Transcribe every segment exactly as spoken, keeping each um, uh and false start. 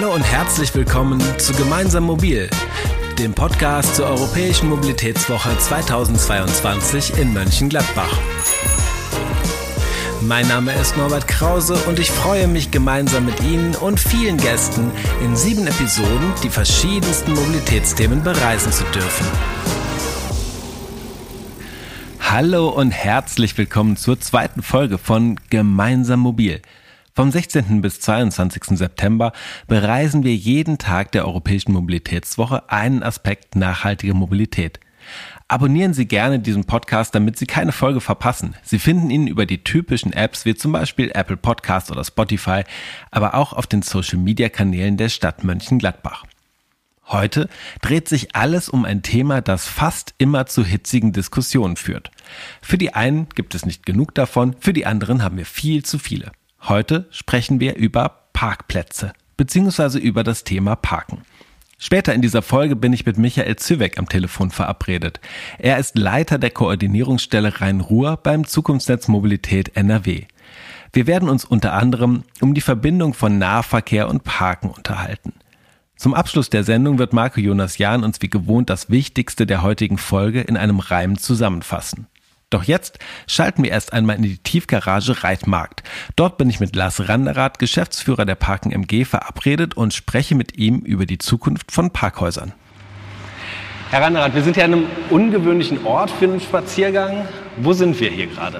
Hallo und herzlich willkommen zu Gemeinsam Mobil, dem Podcast zur Europäischen Mobilitätswoche zweitausendzweiundzwanzig in Mönchengladbach. Mein Name ist Norbert Krause und ich freue mich, gemeinsam mit Ihnen und vielen Gästen in sieben Episoden die verschiedensten Mobilitätsthemen bereisen zu dürfen. Hallo und herzlich willkommen zur zweiten Folge von Gemeinsam Mobil. Vom sechzehnten bis zweiundzwanzigsten September bereisen wir jeden Tag der Europäischen Mobilitätswoche einen Aspekt nachhaltiger Mobilität. Abonnieren Sie gerne diesen Podcast, damit Sie keine Folge verpassen. Sie finden ihn über die typischen Apps wie zum Beispiel Apple Podcast oder Spotify, aber auch auf den Social-Media-Kanälen der Stadt Mönchengladbach. Heute dreht sich alles um ein Thema, das fast immer zu hitzigen Diskussionen führt. Für die einen gibt es nicht genug davon, für die anderen haben wir viel zu viele. Heute sprechen wir über Parkplätze bzw. über das Thema Parken. Später in dieser Folge bin ich mit Michael Züweck am Telefon verabredet. Er ist Leiter der Koordinierungsstelle Rhein-Ruhr beim Zukunftsnetz Mobilität N R W. Wir werden uns unter anderem um die Verbindung von Nahverkehr und Parken unterhalten. Zum Abschluss der Sendung wird Marco Jonas Jahn uns wie gewohnt das Wichtigste der heutigen Folge in einem Reim zusammenfassen. Doch jetzt schalten wir erst einmal in die Tiefgarage Reitmarkt. Dort bin ich mit Lars Randerath, Geschäftsführer der Parken M G, verabredet und spreche mit ihm über die Zukunft von Parkhäusern. Herr Randerath, wir sind ja an einem ungewöhnlichen Ort für einen Spaziergang. Wo sind wir hier gerade?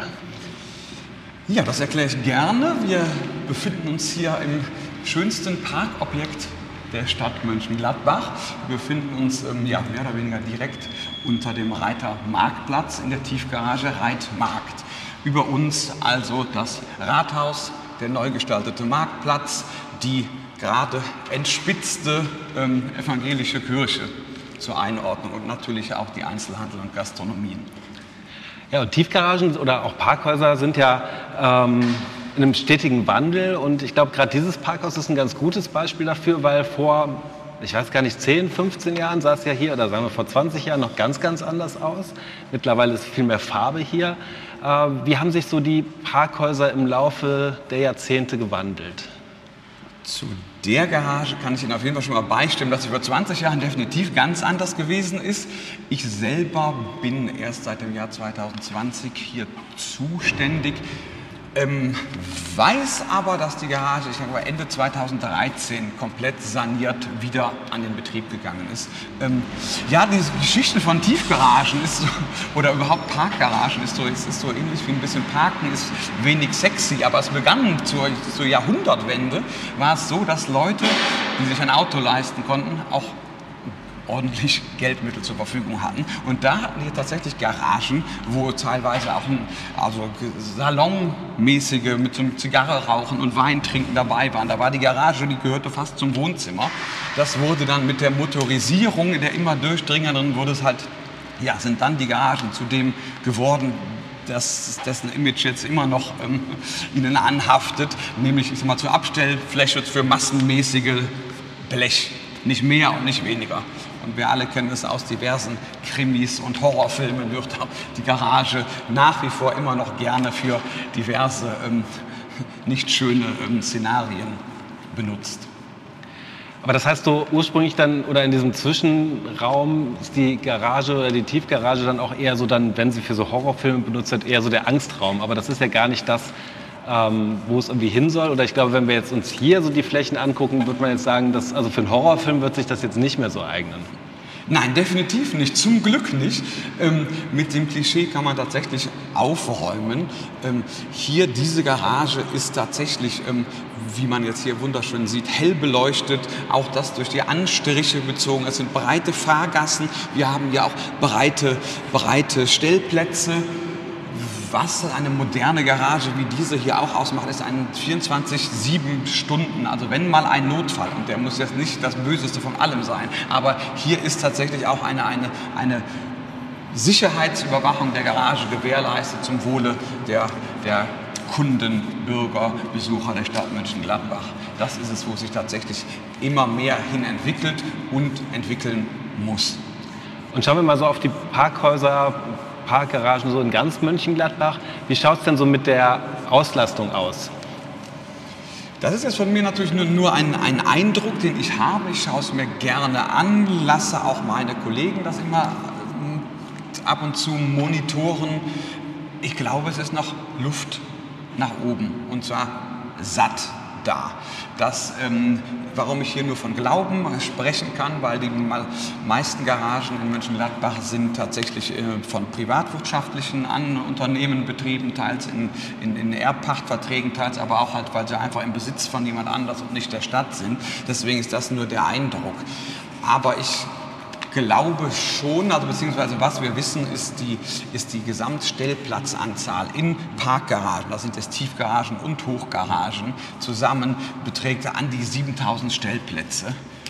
Ja, das erkläre ich gerne. Wir befinden uns hier im schönsten Parkobjekt der Stadt Mönchengladbach. Wir befinden uns ähm, ja, mehr oder weniger direkt unter dem Reitermarktplatz in der Tiefgarage Reitmarkt. Über uns also das Rathaus, der neu gestaltete Marktplatz, die gerade entspitzte ähm, evangelische Kirche zur Einordnung und natürlich auch die Einzelhandel und Gastronomien. Ja, und Tiefgaragen oder auch Parkhäuser sind ja ähm in einem stetigen Wandel und ich glaube, gerade dieses Parkhaus ist ein ganz gutes Beispiel dafür, weil vor, ich weiß gar nicht, zehn, fünfzehn Jahren sah es ja hier, oder sagen wir vor zwanzig Jahren, noch ganz, ganz anders aus. Mittlerweile ist viel mehr Farbe hier. Wie haben sich so die Parkhäuser im Laufe der Jahrzehnte gewandelt? Zu der Garage kann ich Ihnen auf jeden Fall schon mal beistimmen, dass sie vor zwanzig Jahren definitiv ganz anders gewesen ist. Ich selber bin erst seit dem Jahr zweitausendzwanzig hier zuständig. Ähm, weiß aber, dass die Garage, ich glaube Ende zweitausenddreizehn komplett saniert wieder an den Betrieb gegangen ist. Ähm, ja, diese Geschichte von Tiefgaragen ist so, oder überhaupt Parkgaragen ist so, es ist so ähnlich wie ein bisschen Parken, ist wenig sexy, aber es begann zur, zur Jahrhundertwende, war es so, dass Leute, die sich ein Auto leisten konnten, auch ordentlich Geldmittel zur Verfügung hatten. Und da hatten die tatsächlich Garagen, wo teilweise auch ein, also salonmäßige mit so einem Zigarre rauchen und Wein trinken dabei waren. Da war die Garage, die gehörte fast zum Wohnzimmer. Das wurde dann mit der Motorisierung, der immer durchdringenderen, wurde es halt, ja, sind dann die Garagen zu dem geworden, das, dessen Image jetzt immer noch ähm, ihnen anhaftet, nämlich ich sag mal, zur Abstellfläche für massenmäßige Blech. Nicht mehr und nicht weniger. Und wir alle kennen es aus diversen Krimis und Horrorfilmen, wird die Garage nach wie vor immer noch gerne für diverse ähm, nicht schöne ähm, Szenarien benutzt. Aber das heißt so ursprünglich dann, oder in diesem Zwischenraum ist die Garage oder die Tiefgarage dann auch eher so dann, wenn sie für so Horrorfilme benutzt wird, eher so der Angstraum. Aber das ist ja gar nicht das, Ähm, wo es irgendwie hin soll. Oder ich glaube, wenn wir jetzt uns hier so die Flächen angucken, wird man jetzt sagen, dass, also für einen Horrorfilm wird sich das jetzt nicht mehr so eignen. Nein, definitiv nicht. Zum Glück nicht. Ähm, mit dem Klischee kann man tatsächlich aufräumen. Ähm, hier, diese Garage ist tatsächlich, ähm, wie man jetzt hier wunderschön sieht, hell beleuchtet. Auch das durch die Anstriche bezogen. Es sind breite Fahrgassen. Wir haben ja auch breite, breite Stellplätze. Was eine moderne Garage wie diese hier auch ausmacht, ist ein vierundzwanzig sieben Stunden. Also wenn mal ein Notfall, und der muss jetzt nicht das Böseste von allem sein, aber hier ist tatsächlich auch eine, eine, eine Sicherheitsüberwachung der Garage gewährleistet zum Wohle der, der Kunden, Bürger, Besucher der Stadt Mönchengladbach. Das ist es, wo sich tatsächlich immer mehr hin entwickelt und entwickeln muss. Und schauen wir mal so auf die Parkhäuser, Parkgaragen so in ganz Mönchengladbach. Wie schaut es denn so mit der Auslastung aus? Das ist jetzt von mir natürlich nur, nur ein, ein Eindruck, den ich habe. Ich schaue es mir gerne an, lasse auch meine Kollegen das immer ab und zu monitoren. Ich glaube, es ist noch Luft nach oben und zwar satt da. Das, ähm, warum ich hier nur von Glauben sprechen kann, weil die meisten Garagen in Mönchengladbach sind tatsächlich äh, von privatwirtschaftlichen An Unternehmen betrieben, teils in, in, in Erbpachtverträgen, teils aber auch halt, weil sie einfach im Besitz von jemand anders und nicht der Stadt sind. Deswegen ist das nur der Eindruck. Aber ich glaube schon, also beziehungsweise was wir wissen, ist die, ist die Gesamtstellplatzanzahl in Parkgaragen, das sind jetzt Tiefgaragen und Hochgaragen, zusammen beträgt an die siebentausend Stellplätze.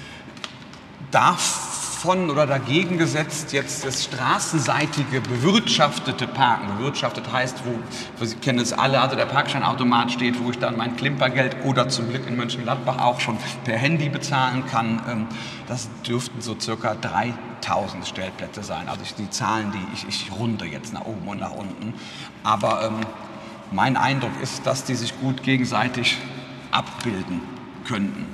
Davon oder dagegen gesetzt jetzt das straßenseitige bewirtschaftete Parken. Bewirtschaftet heißt, wo, Sie kennen es alle, also der Parkscheinautomat steht, wo ich dann mein Klimpergeld oder zum Glück in Mönchengladbach auch schon per Handy bezahlen kann. Das dürften so circa dreitausend Stellplätze sein. Also die Zahlen, die ich, ich runde jetzt nach oben und nach unten. Aber ähm, mein Eindruck ist, dass die sich gut gegenseitig abbilden könnten.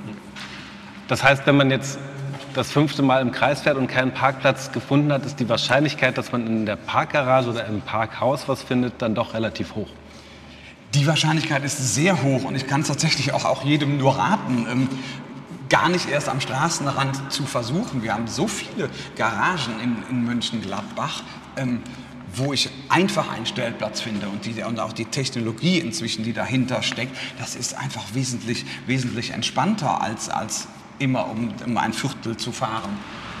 Das heißt, wenn man jetzt das fünfte Mal im Kreis fährt und keinen Parkplatz gefunden hat, ist die Wahrscheinlichkeit, dass man in der Parkgarage oder im Parkhaus was findet, dann doch relativ hoch. Die Wahrscheinlichkeit ist sehr hoch und ich kann es tatsächlich auch, auch jedem nur raten, ähm, gar nicht erst am Straßenrand zu versuchen. Wir haben so viele Garagen in, in Mönchengladbach, ähm, wo ich einfach einen Stellplatz finde und, die, und auch die Technologie inzwischen, die dahinter steckt, das ist einfach wesentlich, wesentlich entspannter als, als immer um, um ein Viertel zu fahren.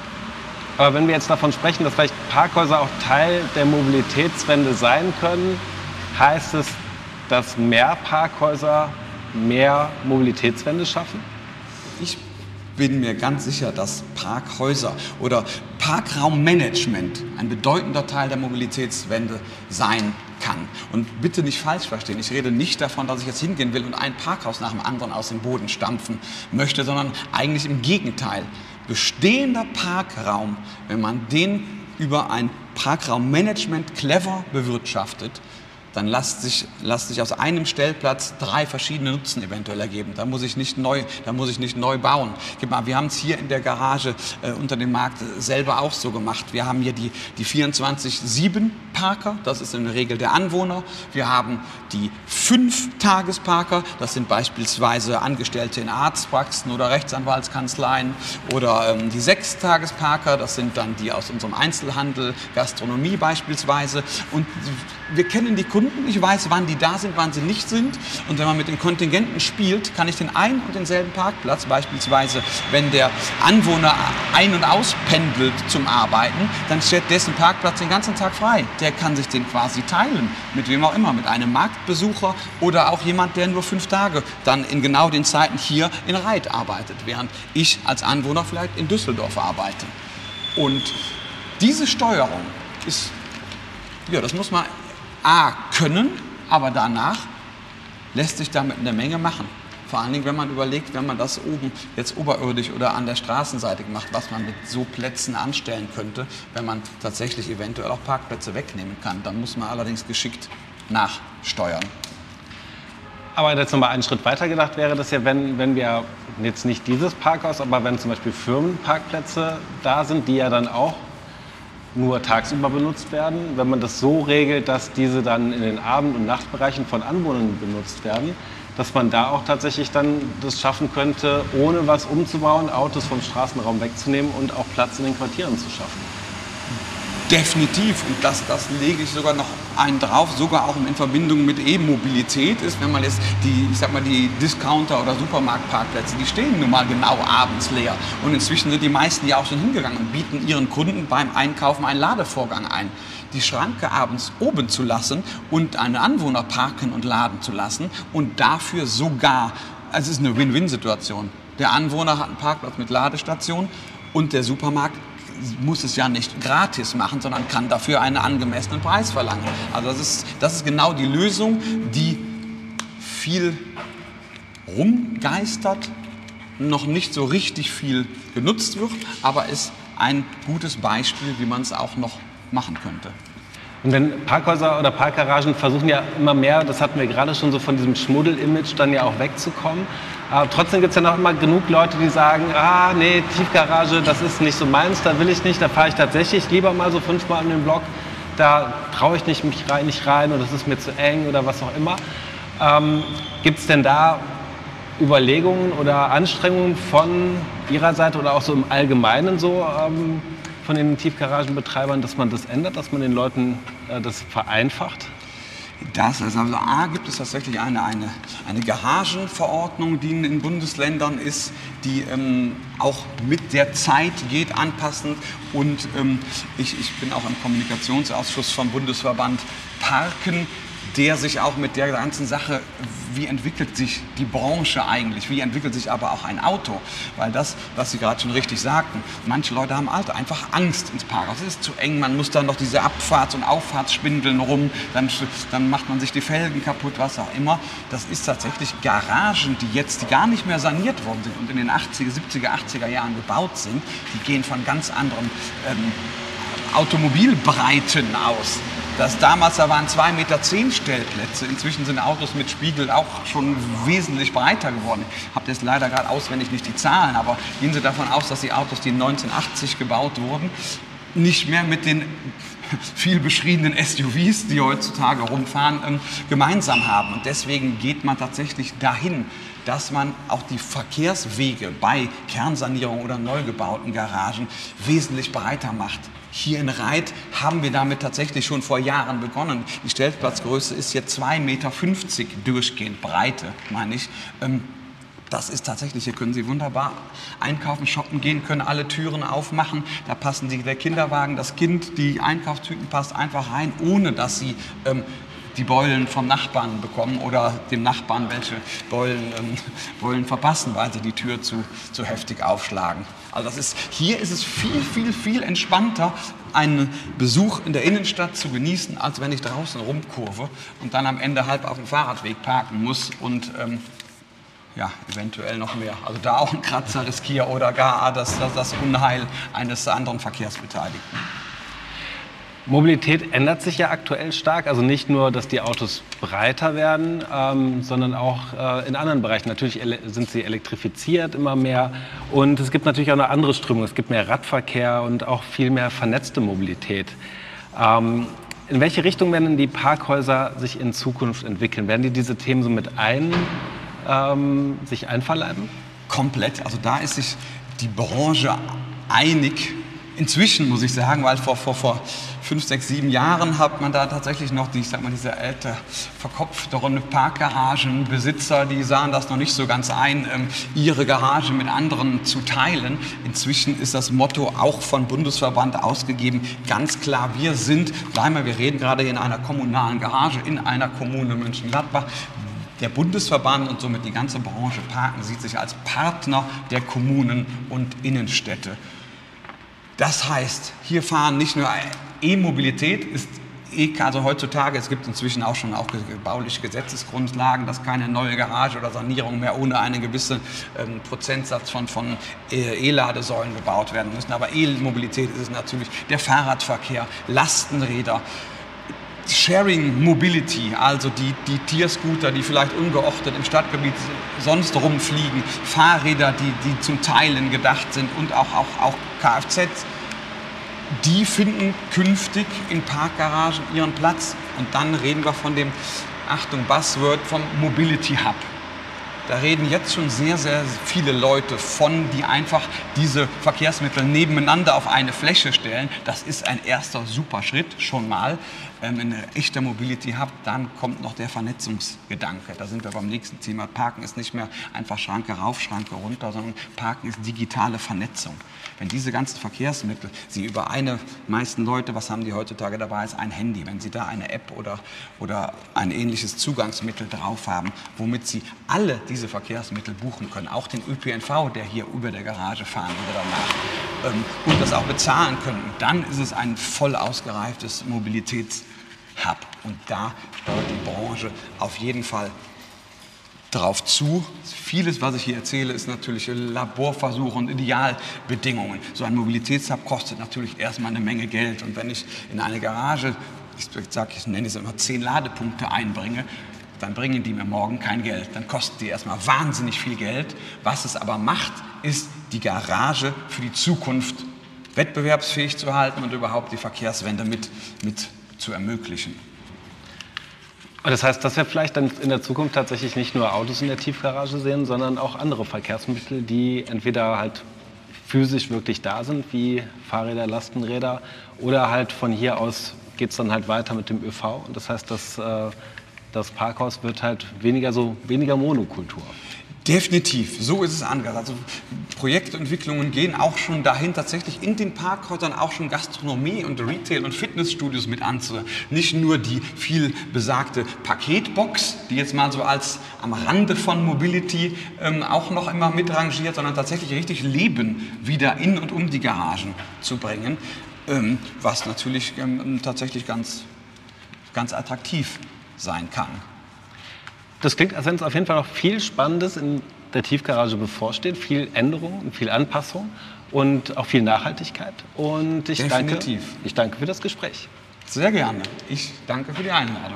Aber wenn wir jetzt davon sprechen, dass vielleicht Parkhäuser auch Teil der Mobilitätswende sein können, heißt es, dass mehr Parkhäuser mehr Mobilitätswende schaffen? Ich bin mir ganz sicher, dass Parkhäuser oder Parkraummanagement ein bedeutender Teil der Mobilitätswende sein kann. Und bitte nicht falsch verstehen, ich rede nicht davon, dass ich jetzt hingehen will und ein Parkhaus nach dem anderen aus dem Boden stampfen möchte, sondern eigentlich im Gegenteil. Bestehender Parkraum, wenn man den über ein Parkraummanagement clever bewirtschaftet, dann lässt sich, lässt sich aus einem Stellplatz drei verschiedene Nutzen eventuell ergeben. Da muss ich nicht neu, da muss ich nicht neu bauen. Wir haben es hier in der Garage äh, unter dem Markt selber auch so gemacht. Wir haben hier die, die vierundzwanzig sieben Parker, das ist in der Regel der Anwohner. Wir haben die fünf Tagesparker, das sind beispielsweise Angestellte in Arztpraxen oder Rechtsanwaltskanzleien. Oder ähm, die sechs Tagesparker, das sind dann die aus unserem Einzelhandel, Gastronomie beispielsweise. Und wir kennen die Kunden, ich weiß, wann die da sind, wann sie nicht sind. Und wenn man mit den Kontingenten spielt, kann ich den ein- und denselben Parkplatz, beispielsweise wenn der Anwohner ein- und auspendelt zum Arbeiten, dann steht dessen Parkplatz den ganzen Tag frei. Der kann sich den quasi teilen, mit wem auch immer, mit einem Marktbesucher oder auch jemand, der nur fünf Tage dann in genau den Zeiten hier in Reit arbeitet, während ich als Anwohner vielleicht in Düsseldorf arbeite. Und diese Steuerung ist, ja, das muss man A, können, aber danach lässt sich damit eine Menge machen. Vor allen Dingen, wenn man überlegt, wenn man das oben jetzt oberirdisch oder an der Straßenseite macht, was man mit so Plätzen anstellen könnte, wenn man tatsächlich eventuell auch Parkplätze wegnehmen kann. Dann muss man allerdings geschickt nachsteuern. Aber jetzt nochmal einen Schritt weiter gedacht wäre das ja, wenn, wenn wir jetzt nicht dieses Parkhaus, aber wenn zum Beispiel Firmenparkplätze da sind, die ja dann auch nur tagsüber benutzt werden, wenn man das so regelt, dass diese dann in den Abend- und Nachtbereichen von Anwohnern benutzt werden, dass man da auch tatsächlich dann das schaffen könnte, ohne was umzubauen, Autos vom Straßenraum wegzunehmen und auch Platz in den Quartieren zu schaffen. Definitiv, und das, das lege ich sogar noch einen drauf, sogar auch in Verbindung mit E-Mobilität ist, wenn man jetzt die, ich sag mal, die Discounter- oder Supermarktparkplätze, die stehen nun mal genau abends leer. Und inzwischen sind die meisten ja auch schon hingegangen und bieten ihren Kunden beim Einkaufen einen Ladevorgang ein. Die Schranke abends oben zu lassen und einen Anwohner parken und laden zu lassen und dafür sogar, also es ist eine Win-Win-Situation. Der Anwohner hat einen Parkplatz mit Ladestation und der Supermarkt muss es ja nicht gratis machen, sondern kann dafür einen angemessenen Preis verlangen. Also das ist, das ist genau die Lösung, die viel rumgeistert, noch nicht so richtig viel genutzt wird, aber ist ein gutes Beispiel, wie man es auch noch machen könnte. Und denn Parkhäuser oder Parkgaragen versuchen ja immer mehr, das hatten wir gerade schon so, von diesem Schmuddel-Image dann ja auch wegzukommen. Aber trotzdem gibt es ja noch immer genug Leute, die sagen, ah nee, Tiefgarage, das ist nicht so meins, da will ich nicht, da fahre ich tatsächlich lieber mal so fünfmal um den Block, da traue ich nicht, mich rein, nicht rein oder das ist mir zu eng oder was auch immer. Ähm, gibt es denn da Überlegungen oder Anstrengungen von Ihrer Seite oder auch so im Allgemeinen so ähm, von den Tiefgaragenbetreibern, dass man das ändert, dass man den Leuten äh, das vereinfacht? Das, also A, gibt es tatsächlich eine, eine, eine Garagenverordnung, die in den Bundesländern ist, die ähm, auch mit der Zeit geht, anpassend. Und ähm, ich, ich bin auch im Kommunikationsausschuss vom Bundesverband Parken, der sich auch mit der ganzen Sache, wie entwickelt sich die Branche eigentlich, wie entwickelt sich aber auch ein Auto, weil das, was Sie gerade schon richtig sagten, manche Leute haben Alter einfach Angst ins Parkhaus, es ist zu eng, man muss dann noch diese Abfahrts- und Auffahrtsspindeln rum, dann, dann macht man sich die Felgen kaputt, was auch immer. Das ist tatsächlich Garagen, die jetzt die gar nicht mehr saniert worden sind und in den achtziger, siebziger, achtziger Jahren gebaut sind, die gehen von ganz anderen ähm, Automobilbreiten aus. Das damals, da waren zwei Meter zehn Stellplätze. Inzwischen sind Autos mit Spiegel auch schon wesentlich breiter geworden. Ich habe jetzt leider gerade auswendig nicht die Zahlen, aber gehen Sie davon aus, dass die Autos, die neunzehnhundertachtzig gebaut wurden, nicht mehr mit den viel beschriebenen S U Vs, die heutzutage rumfahren, ähm, gemeinsam haben. Und deswegen geht man tatsächlich dahin, dass man auch die Verkehrswege bei Kernsanierung oder neu gebauten Garagen wesentlich breiter macht. Hier in Reit haben wir damit tatsächlich schon vor Jahren begonnen. Die Stellplatzgröße ist jetzt zwei Meter fünfzig durchgehend Breite, meine ich. Das ist tatsächlich, hier können Sie wunderbar einkaufen, shoppen gehen, können alle Türen aufmachen. Da passen die, der Kinderwagen, das Kind, die Einkaufstüten passt einfach rein, ohne dass Sie ähm, die Beulen vom Nachbarn bekommen oder dem Nachbarn welche Beulen, ähm, Beulen verpassen, weil sie die Tür zu, zu heftig aufschlagen. Also das ist, hier ist es viel, viel, viel entspannter, einen Besuch in der Innenstadt zu genießen, als wenn ich draußen rumkurve und dann am Ende halb auf dem Fahrradweg parken muss und ähm, ja, eventuell noch mehr. Also da auch einen Kratzer riskiere oder gar das, das, das Unheil eines anderen Verkehrsbeteiligten. Mobilität ändert sich ja aktuell stark, also nicht nur, dass die Autos breiter werden, ähm, sondern auch äh, in anderen Bereichen. Natürlich sind sie elektrifiziert immer mehr und es gibt natürlich auch eine andere Strömung. Es gibt mehr Radverkehr und auch viel mehr vernetzte Mobilität. Ähm, in welche Richtung werden denn die Parkhäuser sich in Zukunft entwickeln? Werden die diese Themen so mit ein, ähm, sich einverleiben? Komplett. Also da ist sich die Branche einig. Inzwischen muss ich sagen, weil vor, vor, vor fünf, sechs, sieben Jahren hat man da tatsächlich noch, die, ich sag mal, diese alte, verkopfteren Parkgaragenbesitzer, die sahen das noch nicht so ganz ein, ähm, ihre Garage mit anderen zu teilen. Inzwischen ist das Motto auch von Bundesverband ausgegeben, ganz klar, wir sind, bleiben wir, wir reden gerade in einer kommunalen Garage in einer Kommune Mönchengladbach. Der Bundesverband und somit die ganze Branche Parken sieht sich als Partner der Kommunen und Innenstädte. Das heißt, hier fahren nicht nur E-Mobilität, ist also heutzutage, es gibt inzwischen auch schon auch bauliche Gesetzesgrundlagen, dass keine neue Garage oder Sanierung mehr ohne einen gewissen ähm, Prozentsatz von, von E-Ladesäulen gebaut werden müssen. Aber E-Mobilität ist es natürlich, der Fahrradverkehr, Lastenräder, Sharing Mobility, also die, die Tierscooter, die vielleicht ungeordnet im Stadtgebiet sonst rumfliegen, Fahrräder, die, die zum Teilen gedacht sind und auch, auch, auch Kfz, die finden künftig in Parkgaragen ihren Platz. Und dann reden wir von dem, Achtung, Buzzword, vom Mobility Hub. Da reden jetzt schon sehr, sehr viele Leute von, die einfach diese Verkehrsmittel nebeneinander auf eine Fläche stellen. Das ist ein erster super Schritt schon mal. Ähm, ein echter Mobility Hub, dann kommt noch der Vernetzungsgedanke. Da sind wir beim nächsten Thema. Parken ist nicht mehr einfach Schranke rauf, Schranke runter, sondern Parken ist digitale Vernetzung. Wenn diese ganzen Verkehrsmittel, Sie über eine, meisten Leute, was haben die heutzutage dabei, ist ein Handy. Wenn Sie da eine App oder, oder ein ähnliches Zugangsmittel drauf haben, womit Sie alle diese Verkehrsmittel buchen können, auch den Ö P N V, der hier über der Garage fahren würde danach, ähm, und das auch bezahlen können, dann ist es ein voll ausgereiftes Mobilitätshub. Und da steuert die Branche auf jeden Fall drauf zu. Vieles, was ich hier erzähle, ist natürlich Laborversuche und Idealbedingungen. So ein Mobilitätshub kostet natürlich erstmal eine Menge Geld. Und wenn ich in eine Garage ich sage, ich nenne es immer zehn Ladepunkte einbringe, dann bringen die mir morgen kein Geld. Dann kosten die erstmal wahnsinnig viel Geld. Was es aber macht, ist die Garage für die Zukunft wettbewerbsfähig zu halten und überhaupt die Verkehrswende mit, mit zu ermöglichen. Das heißt, dass wir vielleicht dann in der Zukunft tatsächlich nicht nur Autos in der Tiefgarage sehen, sondern auch andere Verkehrsmittel, die entweder halt physisch wirklich da sind, wie Fahrräder, Lastenräder, oder halt von hier aus geht es dann halt weiter mit dem ÖV. Und das heißt, dass äh, das Parkhaus wird halt weniger so weniger Monokultur. Definitiv, so ist es angedacht. Also Projektentwicklungen gehen auch schon dahin, tatsächlich in den Parkhäusern auch schon Gastronomie und Retail- und Fitnessstudios mit anzuhören. Nicht nur die viel besagte Paketbox, die jetzt mal so als am Rande von Mobility ähm, auch noch immer mitrangiert, sondern tatsächlich richtig Leben wieder in und um die Garagen zu bringen, ähm, was natürlich ähm, tatsächlich ganz, ganz attraktiv sein kann. Das klingt, als wenn es auf jeden Fall noch viel Spannendes in der Tiefgarage bevorsteht. Viel Änderung und viel Anpassung und auch viel Nachhaltigkeit. Und ich danke, ich danke für das Gespräch. Sehr gerne. Ich danke für die Einladung.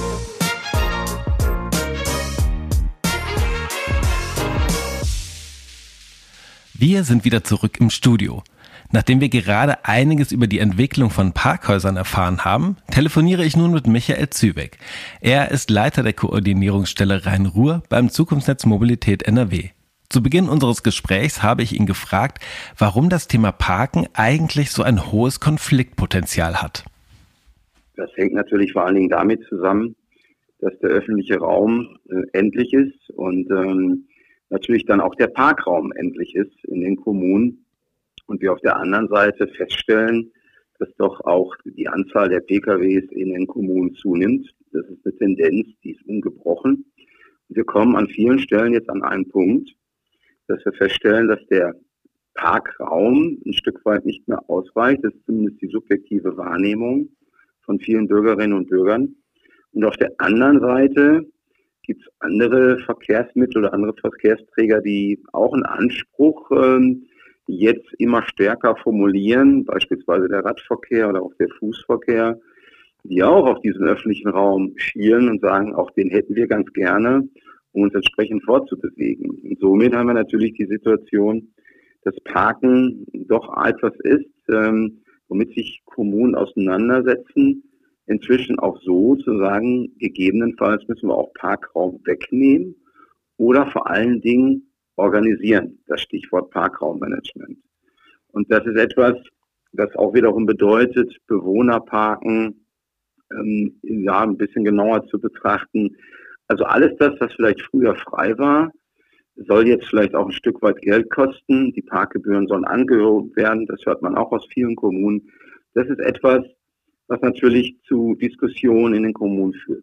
Wir sind wieder zurück im Studio. Nachdem wir gerade einiges über die Entwicklung von Parkhäusern erfahren haben, telefoniere ich nun mit Michael Zübeck. Er ist Leiter der Koordinierungsstelle Rhein-Ruhr beim Zukunftsnetz Mobilität N R W. Zu Beginn unseres Gesprächs habe ich ihn gefragt, warum das Thema Parken eigentlich so ein hohes Konfliktpotenzial hat. Das hängt natürlich vor allen Dingen damit zusammen, dass der öffentliche Raum äh, endlich ist und ähm, natürlich dann auch der Parkraum endlich ist in den Kommunen. Und wir auf der anderen Seite feststellen, dass doch auch die Anzahl der P K Ws in den Kommunen zunimmt. Das ist eine Tendenz, die ist ungebrochen. Und wir kommen an vielen Stellen jetzt an einen Punkt, dass wir feststellen, dass der Parkraum ein Stück weit nicht mehr ausreicht. Das ist zumindest die subjektive Wahrnehmung von vielen Bürgerinnen und Bürgern. Und auf der anderen Seite gibt es andere Verkehrsmittel oder andere Verkehrsträger, die auch einen Anspruch ähm, jetzt immer stärker formulieren, beispielsweise der Radverkehr oder auch der Fußverkehr, die auch auf diesen öffentlichen Raum schielen und sagen, auch den hätten wir ganz gerne, um uns entsprechend fortzubewegen. Und somit haben wir natürlich die Situation, dass Parken doch etwas ist, ähm, womit sich Kommunen auseinandersetzen, inzwischen auch so zu sagen, gegebenenfalls müssen wir auch Parkraum wegnehmen oder vor allen Dingen organisieren, das Stichwort Parkraummanagement. Und das ist etwas, das auch wiederum bedeutet, Bewohnerparken ähm, ja, ein bisschen genauer zu betrachten. Also alles das, was vielleicht früher frei war, soll jetzt vielleicht auch ein Stück weit Geld kosten. Die Parkgebühren sollen angehoben werden, das hört man auch aus vielen Kommunen. Das ist etwas, was natürlich zu Diskussionen in den Kommunen führt.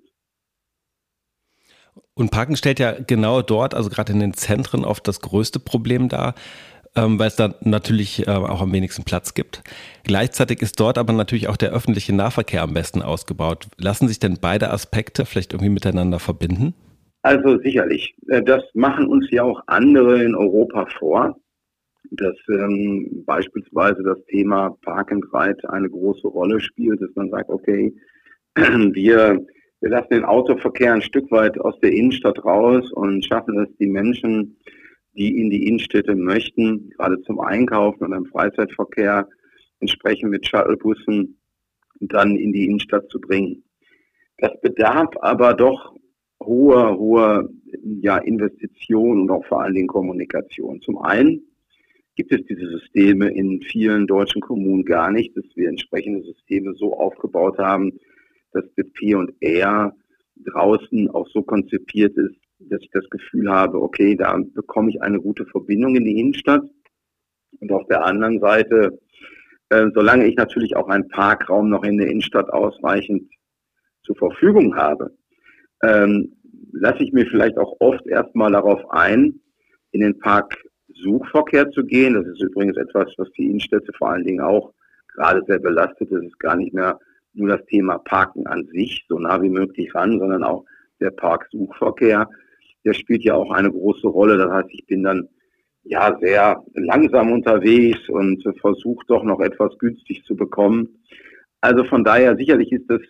Und Parken stellt ja genau dort, also gerade in den Zentren, oft das größte Problem dar, ähm, weil es da natürlich äh, auch am wenigsten Platz gibt. Gleichzeitig ist dort aber natürlich auch der öffentliche Nahverkehr am besten ausgebaut. Lassen sich denn beide Aspekte vielleicht irgendwie miteinander verbinden? Also sicherlich. Das machen uns ja auch andere in Europa vor, dass ähm, beispielsweise das Thema Park and Ride eine große Rolle spielt, dass man sagt, okay, wir Wir lassen den Autoverkehr ein Stück weit aus der Innenstadt raus und schaffen es, die Menschen, die in die Innenstädte möchten, gerade zum Einkaufen oder im Freizeitverkehr, entsprechend mit Shuttlebussen dann in die Innenstadt zu bringen. Das bedarf aber doch hoher, hoher ja, Investitionen und auch vor allen Dingen Kommunikation. Zum einen gibt es diese Systeme in vielen deutschen Kommunen gar nicht, dass wir entsprechende Systeme so aufgebaut haben, dass das P und R draußen auch so konzipiert ist, dass ich das Gefühl habe, okay, da bekomme ich eine gute Verbindung in die Innenstadt. Und auf der anderen Seite, äh, solange ich natürlich auch einen Parkraum noch in der Innenstadt ausreichend zur Verfügung habe, ähm, lasse ich mir vielleicht auch oft erstmal darauf ein, in den Parksuchverkehr zu gehen. Das ist übrigens etwas, was die Innenstädte vor allen Dingen auch gerade sehr belastet. Das ist gar nicht mehr nur das Thema Parken an sich, so nah wie möglich ran, sondern auch der Parksuchverkehr, der spielt ja auch eine große Rolle. Das heißt, ich bin dann ja sehr langsam unterwegs und versuche doch noch etwas günstig zu bekommen. Also von daher, sicherlich ist das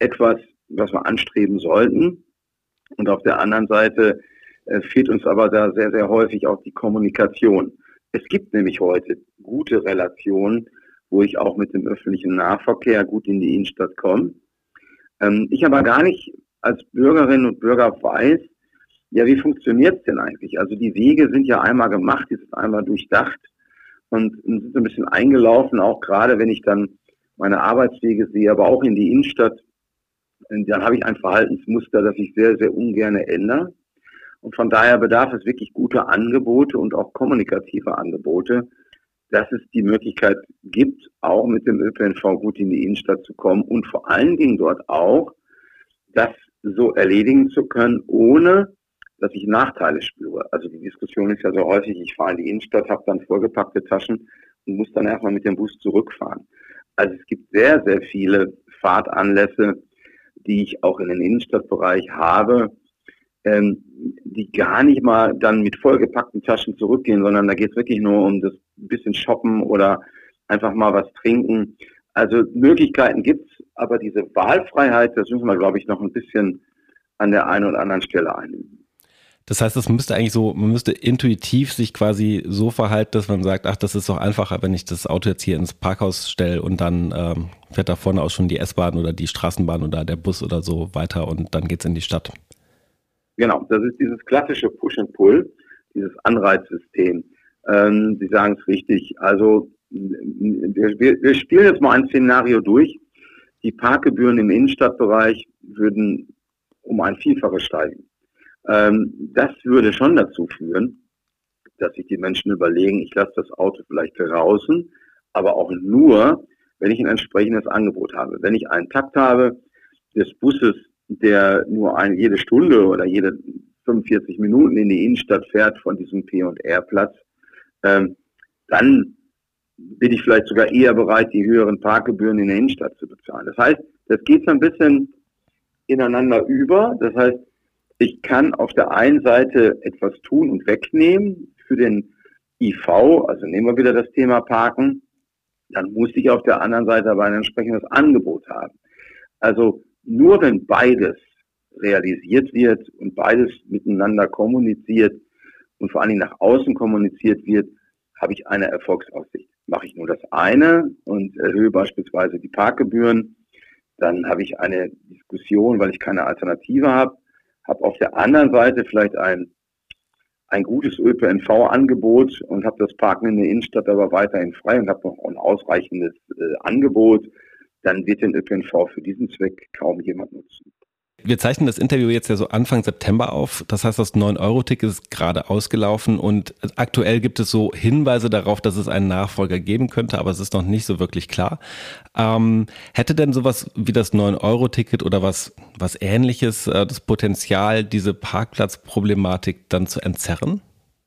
etwas, was wir anstreben sollten. Und auf der anderen Seite äh, fehlt uns aber da sehr, sehr häufig auch die Kommunikation. Es gibt nämlich heute gute Relationen, wo ich auch mit dem öffentlichen Nahverkehr gut in die Innenstadt komme. Ähm, ich aber gar nicht als Bürgerinnen und Bürger weiß, ja, wie funktioniert es denn eigentlich? Also die Wege sind ja einmal gemacht, die sind einmal durchdacht und sind so ein bisschen eingelaufen, auch gerade wenn ich dann meine Arbeitswege sehe, aber auch in die Innenstadt. Dann habe ich ein Verhaltensmuster, das ich sehr, sehr ungern ändere. Und von daher bedarf es wirklich guter Angebote und auch kommunikative Angebote, dass es die Möglichkeit gibt, auch mit dem Ö P N V gut in die Innenstadt zu kommen und vor allen Dingen dort auch, das so erledigen zu können, ohne dass ich Nachteile spüre. Also die Diskussion ist ja so häufig, ich fahre in die Innenstadt, habe dann vollgepackte Taschen und muss dann erstmal mit dem Bus zurückfahren. Also es gibt sehr, sehr viele Fahrtanlässe, die ich auch in den Innenstadtbereich habe, ähm, die gar nicht mal dann mit vollgepackten Taschen zurückgehen, sondern da geht es wirklich nur um das bisschen shoppen oder einfach mal was trinken. Also Möglichkeiten gibt's, aber diese Wahlfreiheit, das müssen wir, glaube ich, noch ein bisschen an der einen oder anderen Stelle einüben. Das heißt, es müsste eigentlich so, man müsste intuitiv sich quasi so verhalten, dass man sagt, ach, das ist doch einfacher, wenn ich das Auto jetzt hier ins Parkhaus stelle und dann ähm, fährt da vorne auch schon die S-Bahn oder die Straßenbahn oder der Bus oder so weiter und dann geht's in die Stadt. Genau, das ist dieses klassische Push and Pull, dieses Anreizsystem. Ähm, Sie sagen es richtig. Also wir, wir spielen jetzt mal ein Szenario durch. Die Parkgebühren im Innenstadtbereich würden um ein Vielfaches steigen. Ähm, das würde schon dazu führen, dass sich die Menschen überlegen, ich lasse das Auto vielleicht draußen, aber auch nur, wenn ich ein entsprechendes Angebot habe. Wenn ich einen Takt habe des Busses, der nur eine, jede Stunde oder jede fünfundvierzig Minuten in die Innenstadt fährt von diesem P und R-Platz, ähm, dann bin ich vielleicht sogar eher bereit, die höheren Parkgebühren in der Innenstadt zu bezahlen. Das heißt, das geht so ein bisschen ineinander über. Das heißt, ich kann auf der einen Seite etwas tun und wegnehmen für den I V, also nehmen wir wieder das Thema Parken, dann muss ich auf der anderen Seite aber ein entsprechendes Angebot haben. Also nur wenn beides realisiert wird und beides miteinander kommuniziert und vor allen Dingen nach außen kommuniziert wird, habe ich eine Erfolgsaussicht. Mache ich nur das eine und erhöhe beispielsweise die Parkgebühren, dann habe ich eine Diskussion, weil ich keine Alternative habe, habe auf der anderen Seite vielleicht ein, ein gutes Ö P N V-Angebot und habe das Parken in der Innenstadt aber weiterhin frei und habe noch ein ausreichendes äh, Angebot, dann wird den Ö P N V für diesen Zweck kaum jemand nutzen. Wir zeichnen das Interview jetzt ja so Anfang September auf. Das heißt, das neun Euro Ticket ist gerade ausgelaufen und aktuell gibt es so Hinweise darauf, dass es einen Nachfolger geben könnte, aber es ist noch nicht so wirklich klar. Ähm, hätte denn sowas wie das neun Euro Ticket oder was, was Ähnliches äh, das Potenzial, diese Parkplatzproblematik dann zu entzerren?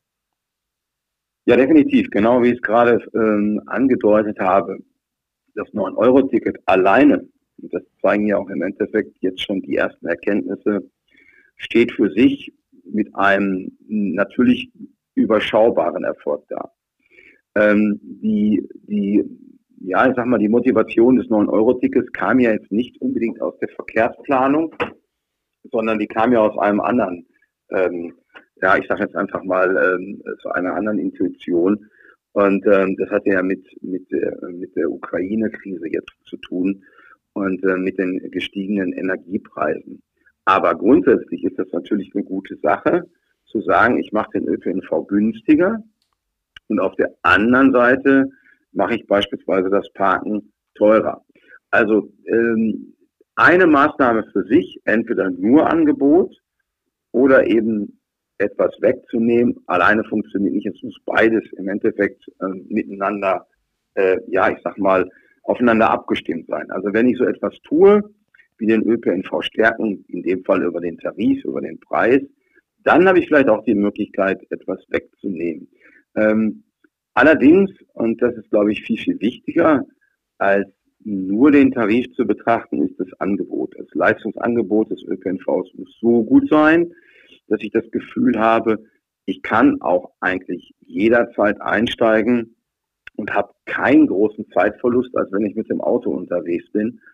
Ja, definitiv. Genau wie ich es gerade ähm, angedeutet habe. Das neun Euro Ticket alleine, und das zeigen ja auch im Endeffekt jetzt schon die ersten Erkenntnisse, steht für sich mit einem natürlich überschaubaren Erfolg da. Ähm, die, die, ja, ich sag mal, die Motivation des neun Euro Tickets kam ja jetzt nicht unbedingt aus der Verkehrsplanung, sondern die kam ja aus einem anderen, ähm, ja, ich sage jetzt einfach mal, ähm, zu einer anderen Intuition. Und ähm, das hat ja mit, mit, der, mit der Ukraine-Krise jetzt zu tun und äh, mit den gestiegenen Energiepreisen. Aber grundsätzlich ist das natürlich eine gute Sache, zu sagen, ich mache den Ö P N V günstiger und auf der anderen Seite mache ich beispielsweise das Parken teurer. Also ähm, eine Maßnahme für sich, entweder nur Angebot oder eben etwas wegzunehmen, alleine funktioniert nicht. Es muss beides im Endeffekt äh, miteinander, äh, ja, ich sag mal, aufeinander abgestimmt sein. Also wenn ich so etwas tue, wie den Ö P N V stärken, in dem Fall über den Tarif, über den Preis, dann habe ich vielleicht auch die Möglichkeit, etwas wegzunehmen. Ähm, allerdings, und das ist, glaube ich, viel, viel wichtiger, als nur den Tarif zu betrachten, ist das Angebot. Das Leistungsangebot des Ö P N Vs muss so gut sein, dass ich das Gefühl habe, ich kann auch eigentlich jederzeit einsteigen und habe keinen großen Zeitverlust, als wenn ich mit dem Auto unterwegs bin.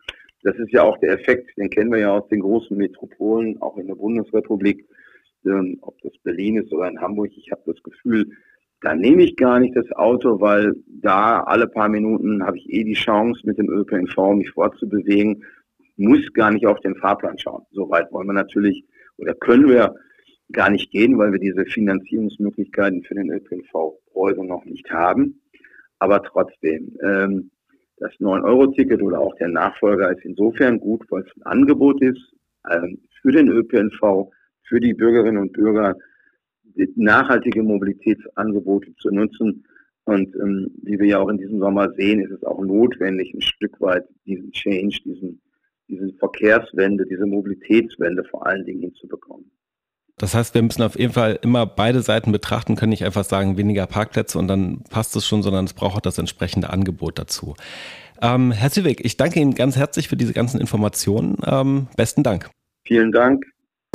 das ist ja auch der Effekt, den kennen wir ja aus den großen Metropolen, auch in der Bundesrepublik, ähm, ob das Berlin ist oder in Hamburg. Ich habe das Gefühl, da nehme ich gar nicht das Auto, weil da alle paar Minuten habe ich eh die Chance, mit dem Ö P N V mich fortzubewegen, muss gar nicht auf den Fahrplan schauen. So weit wollen wir natürlich oder können wir gar nicht gehen, weil wir diese Finanzierungsmöglichkeiten für den Ö P N V heute noch nicht haben. Aber trotzdem, ähm, das neun Euro Ticket oder auch der Nachfolger ist insofern gut, weil es ein Angebot ist ähm, für den Ö P N V, für die Bürgerinnen und Bürger, nachhaltige Mobilitätsangebote zu nutzen. Und ähm, wie wir ja auch in diesem Sommer sehen, ist es auch notwendig, ein Stück weit diesen Change, diesen, diese Verkehrswende, diese Mobilitätswende vor allen Dingen hinzubekommen. Das heißt, wir müssen auf jeden Fall immer beide Seiten betrachten, können nicht einfach sagen, weniger Parkplätze und dann passt es schon, sondern es braucht auch das entsprechende Angebot dazu. Ähm, Herr Süwig, ich danke Ihnen ganz herzlich für diese ganzen Informationen. Ähm, besten Dank. Vielen Dank.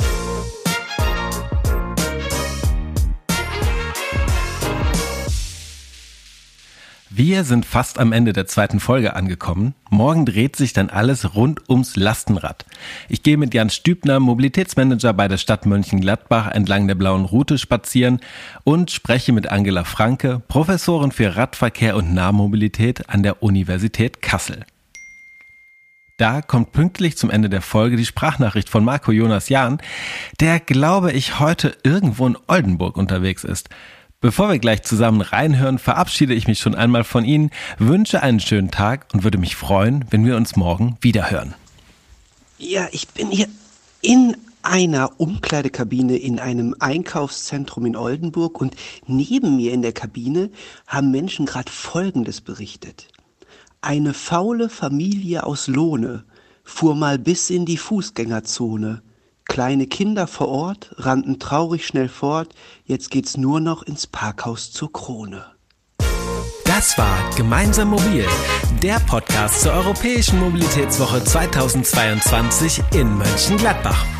Wir sind fast am Ende der zweiten Folge angekommen. Morgen dreht sich dann alles rund ums Lastenrad. Ich gehe mit Jan Stübner, Mobilitätsmanager bei der Stadt Mönchengladbach, entlang der blauen Route spazieren und spreche mit Angela Franke, Professorin für Radverkehr und Nahmobilität an der Universität Kassel. Da kommt pünktlich zum Ende der Folge die Sprachnachricht von Marco Jonas Jahn, der, glaube ich, heute irgendwo in Oldenburg unterwegs ist. Bevor wir gleich zusammen reinhören, verabschiede ich mich schon einmal von Ihnen, wünsche einen schönen Tag und würde mich freuen, wenn wir uns morgen wieder hören. Ja, ich bin hier in einer Umkleidekabine in einem Einkaufszentrum in Oldenburg und neben mir in der Kabine haben Menschen gerade Folgendes berichtet. Eine faule Familie aus Lohne fuhr mal bis in die Fußgängerzone. Kleine Kinder vor Ort rannten traurig schnell fort, jetzt geht's nur noch ins Parkhaus zur Krone. Das war Gemeinsam Mobil, der Podcast zur Europäischen Mobilitätswoche zweitausendzweiundzwanzig in Mönchengladbach.